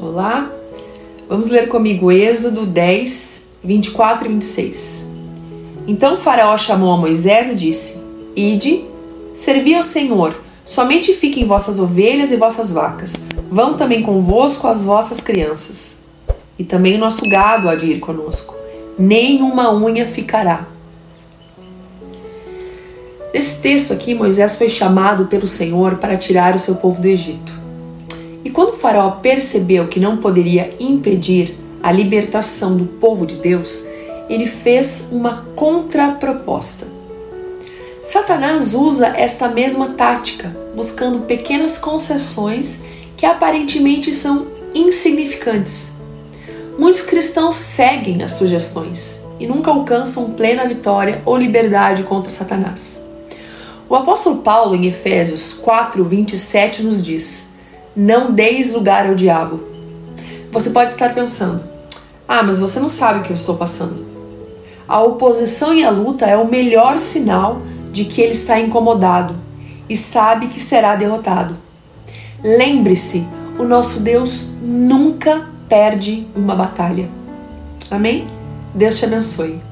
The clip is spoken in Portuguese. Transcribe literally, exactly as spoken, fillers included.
Olá, vamos ler comigo Êxodo dez, vinte e quatro e vinte e seis. Então Faraó chamou a Moisés e disse: Ide, servi ao Senhor, somente fiquem vossas ovelhas e vossas vacas, vão também convosco as vossas crianças. E também o nosso gado há de ir conosco, nem uma unha ficará. Nesse texto aqui, Moisés foi chamado pelo Senhor para tirar o seu povo do Egito. E quando o Faraó percebeu que não poderia impedir a libertação do povo de Deus, ele fez uma contraproposta. Satanás usa esta mesma tática, buscando pequenas concessões que aparentemente são insignificantes. Muitos cristãos seguem as sugestões e nunca alcançam plena vitória ou liberdade contra Satanás. O apóstolo Paulo, em Efésios quatro, vinte e sete, nos diz: não deis lugar ao diabo. Você pode estar pensando: ah, mas você não sabe o que eu estou passando. A oposição e a luta é o melhor sinal de que ele está incomodado e sabe que será derrotado. Lembre-se, o nosso Deus nunca perde uma batalha. Amém? Deus te abençoe.